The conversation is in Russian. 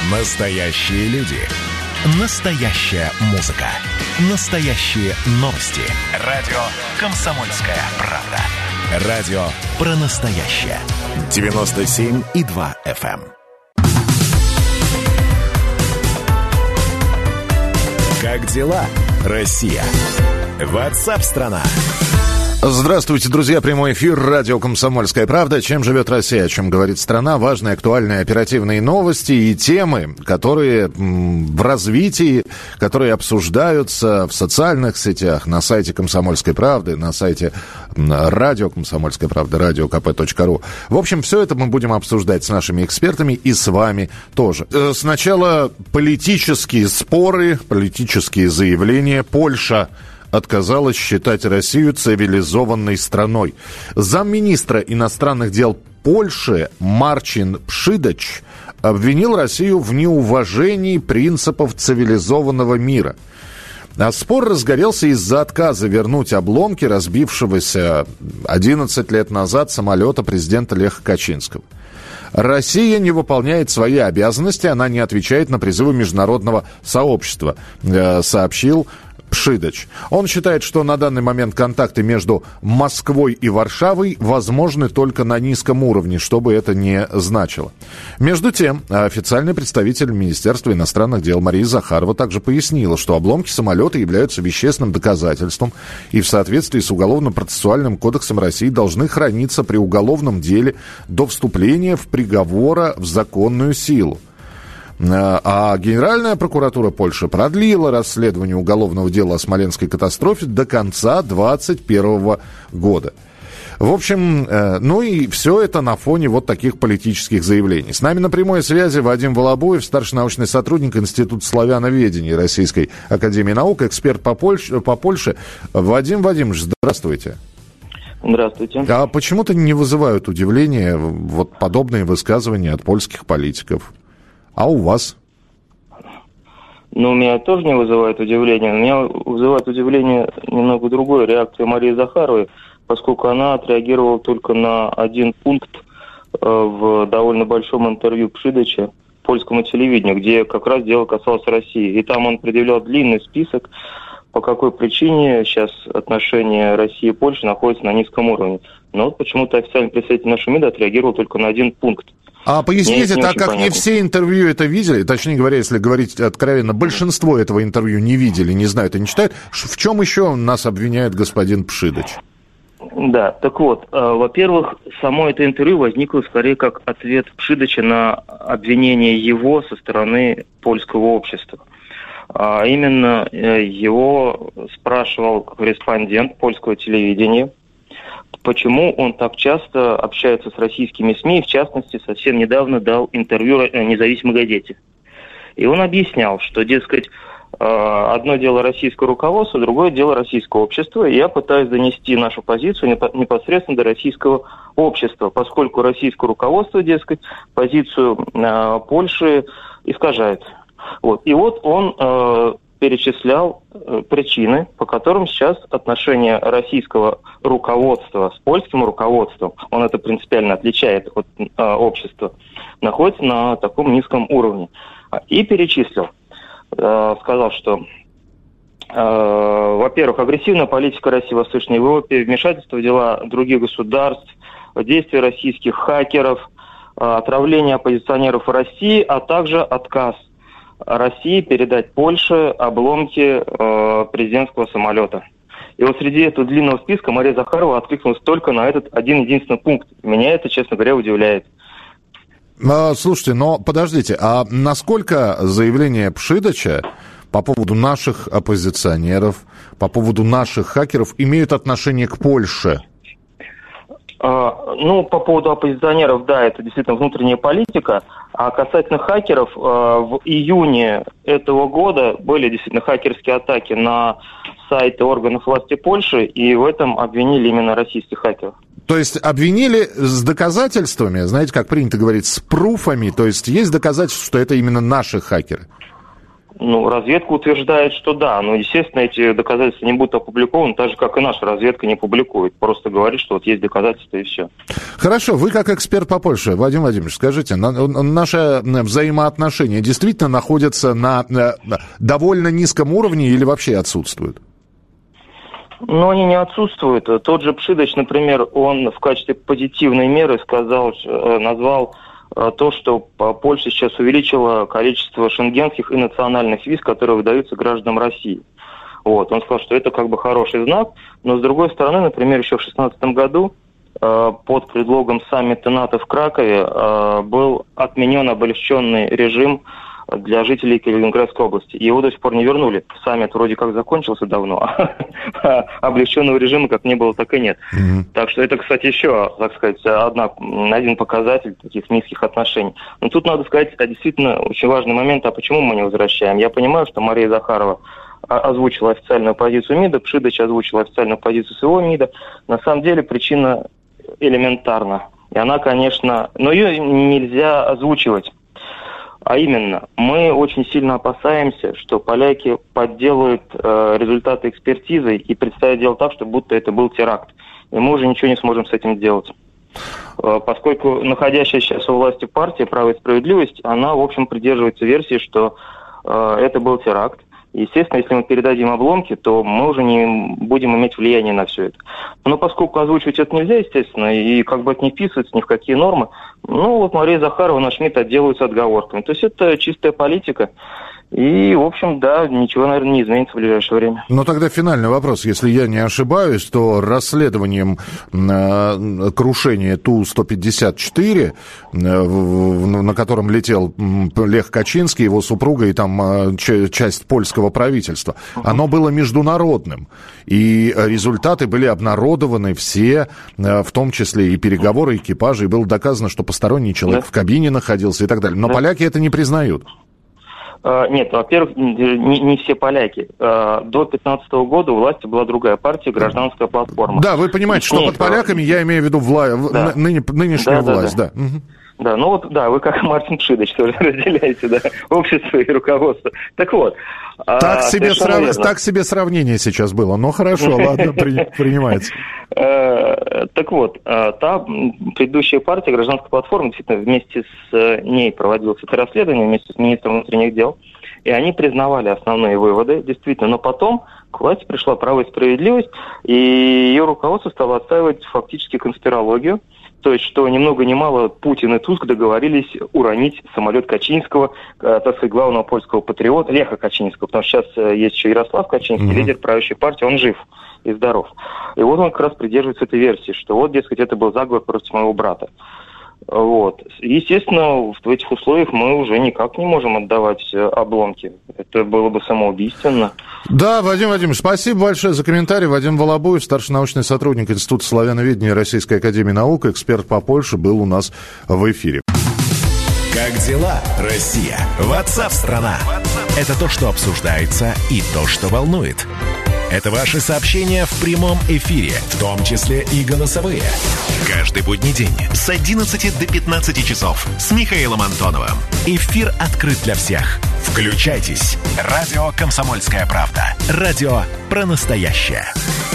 Настоящие люди. Настоящая музыка. Настоящие новости. Радио «Комсомольская правда». Радио про настоящее. 97,2 FM. Как дела, Россия? WhatsApp-страна. Здравствуйте, друзья. Прямой эфир. Радио «Комсомольская правда». Чем живет Россия, о чем говорит страна. Важные, актуальные, оперативные новости и темы, которые в развитии, которые обсуждаются в социальных сетях, на сайте «Комсомольской правды», на сайте радио «Комсомольская правда», radiokp.ru. В общем, все это мы будем обсуждать с нашими экспертами и с вами тоже. Сначала политические споры, политические заявления. Польша отказалась считать Россию цивилизованной страной. Замминистра иностранных дел Польши Марчин Пшидач обвинил Россию в неуважении принципов цивилизованного мира. А спор разгорелся из-за отказа вернуть обломки разбившегося 11 лет назад самолета президента Леха Качинского. Россия не выполняет свои обязанности, она не отвечает на призывы международного сообщества, сообщил Пшидач. Он считает, что на данный момент контакты между Москвой и Варшавой возможны только на низком уровне, что бы это ни значило. Между тем, официальный представитель Министерства иностранных дел Мария Захарова также пояснила, что обломки самолета являются вещественным доказательством и в соответствии с Уголовно-процессуальным кодексом России должны храниться при уголовном деле до вступления в приговора в законную силу. А Генеральная прокуратура Польши продлила расследование уголовного дела о Смоленской катастрофе до конца 2021 года. В общем, ну и все это на фоне вот таких политических заявлений. С нами на прямой связи Вадим Волобуев, старший научный сотрудник Института славяноведения Российской академии наук, эксперт по Польше. Вадим Вадимович, здравствуйте. Здравствуйте. А почему-то не вызывают удивления вот подобные высказывания от польских политиков? А у вас? Ну, меня тоже не вызывает удивления. Меня вызывает удивление немного другой реакция Марии Захаровой, поскольку она отреагировала только на один пункт в довольно большом интервью Пшидача польскому телевидению, где как раз дело касалось России. И там он предъявлял длинный список, по какой причине сейчас отношения России и Польши находятся на низком уровне. Но вот почему-то официальный представитель нашего МИДа отреагировал только на один пункт. А поясните, так как не все интервью это видели, точнее говоря, если говорить откровенно, большинство этого интервью не видели, не знают и не читают, в чем еще нас обвиняет господин Пшидач? Да, так вот, во-первых, само это интервью возникло скорее как ответ Пшидача на обвинение его со стороны польского общества. А именно его спрашивал корреспондент польского телевидения, почему он так часто общается с российскими СМИ, и в частности, совсем недавно дал интервью «Независимой газете». И он объяснял, что, дескать, одно дело российское руководство, другое дело российское общество, и я пытаюсь донести нашу позицию непосредственно до российского общества, поскольку российское руководство, дескать, позицию Польши искажает. Вот. И вот он перечислял причины, по которым сейчас отношения российского руководства с польским руководством, он это принципиально отличает от общества, находится на таком низком уровне. И перечислил, сказал, что, во-первых, агрессивная политика России в Восточной Европе, вмешательство в дела других государств, действия российских хакеров, отравление оппозиционеров в России, а также отказ России передать Польше обломки президентского самолета. И вот среди этого длинного списка Мария Захарова откликнулась только на этот один-единственный пункт. Меня это, честно говоря, удивляет. Слушайте, но подождите, а насколько заявление Пшидача по поводу наших оппозиционеров, по поводу наших хакеров имеют отношение к Польше? Ну, по поводу оппозиционеров, да, это действительно внутренняя политика. А касательно хакеров, в июне этого года были действительно хакерские атаки на сайты органов власти Польши, и в этом обвинили именно российских хакеров. То есть обвинили с доказательствами, знаете, как принято говорить, с пруфами, то есть есть доказательства, что это именно наши хакеры? Разведка утверждает, что да. Но, естественно, эти доказательства не будут опубликованы, так же, как и наша разведка не публикует. Просто говорит, что вот есть доказательства и все. Хорошо. Вы как эксперт по Польше, Вадим Владимирович, скажите, наши взаимоотношения действительно находятся на довольно низком уровне или вообще отсутствуют? Они не отсутствуют. Тот же Пшидыч, например, он в качестве позитивной меры назвал то, что Польша сейчас увеличила количество шенгенских и национальных виз, которые выдаются гражданам России. Он сказал, что это как бы хороший знак, но с другой стороны, например, еще в 2016 году под предлогом саммита НАТО в Кракове был отменен облегченный режим для жителей Калининградской области. Его до сих пор не вернули. Саммит вроде как закончился давно, а облегченного режима как не было, так и нет. Так что это, кстати, еще, так сказать, один показатель таких низких отношений. Но тут надо сказать, действительно очень важный момент, а почему мы не возвращаем? Я понимаю, что Мария Захарова озвучила официальную позицию МИДа, Пшидыч озвучил официальную позицию своего МИДа. На самом деле причина элементарна. И она, конечно, но ее нельзя озвучивать. А именно, мы очень сильно опасаемся, что поляки подделают результаты экспертизы и представят дело так, что будто это был теракт. И мы уже ничего не сможем с этим сделать. Поскольку находящаяся сейчас у власти партия «Право и справедливость», она, в общем, придерживается версии, что это был теракт. Естественно, если мы передадим обломки, то мы уже не будем иметь влияния на все это. Но поскольку озвучивать это нельзя, естественно, и как бы это не вписывается ни в какие нормы, Мария Захарова, наш МИД отделываются отговорками. То есть это чистая политика. И, в общем, да, ничего, наверное, не изменится в ближайшее время. Но тогда финальный вопрос. Если я не ошибаюсь, то расследованием крушения Ту-154, на котором летел Лех Качинский, его супруга и там часть польского правительства, оно было международным. И результаты были обнародованы все, в том числе и переговоры экипажа, и было доказано, что посторонний человек в кабине находился и так далее. Но поляки это не признают. Нет, во-первых, не все поляки. До 2015 года у власти была другая партия, гражданская платформа. Да, вы понимаете, что под поляками я имею в виду нынешнюю власть, да. Да, вы как Мартин Пшидыч тоже разделяете, общество и руководство. Так вот. Так себе сравнение сейчас было, но хорошо, ладно, принимается. Так вот, та предыдущая партия, гражданская платформа, действительно, вместе с ней проводилось это расследование, вместе с министром внутренних дел, и они признавали основные выводы, действительно, но потом к власти пришла «Право и справедливость», и ее руководство стало отстаивать фактически конспирологию. То есть, что ни много ни мало Путин и Туск договорились уронить самолет Качинского, так сказать, главного польского патриота, Леха Качинского, потому что сейчас есть еще Ярослав Качинский, лидер правящей партии, он жив и здоров. И вот он как раз придерживается этой версии, что дескать, это был заговор против моего брата. Естественно, в этих условиях мы уже никак не можем отдавать обломки. Это было бы самоубийственно. Да, Вадим Владимирович, спасибо большое за комментарий. Вадим Волобуев, старший научный сотрудник Института славяноведения Российской академии наук, эксперт по Польше, был у нас в эфире. Как дела, Россия? WhatsApp-страна. Это то, что обсуждается, и то, что волнует. Это ваши сообщения в прямом эфире, в том числе и голосовые. Каждый будний день с 11 до 15 часов с Михаилом Антоновым. Эфир открыт для всех. Включайтесь. Радио «Комсомольская правда». Радио про настоящее.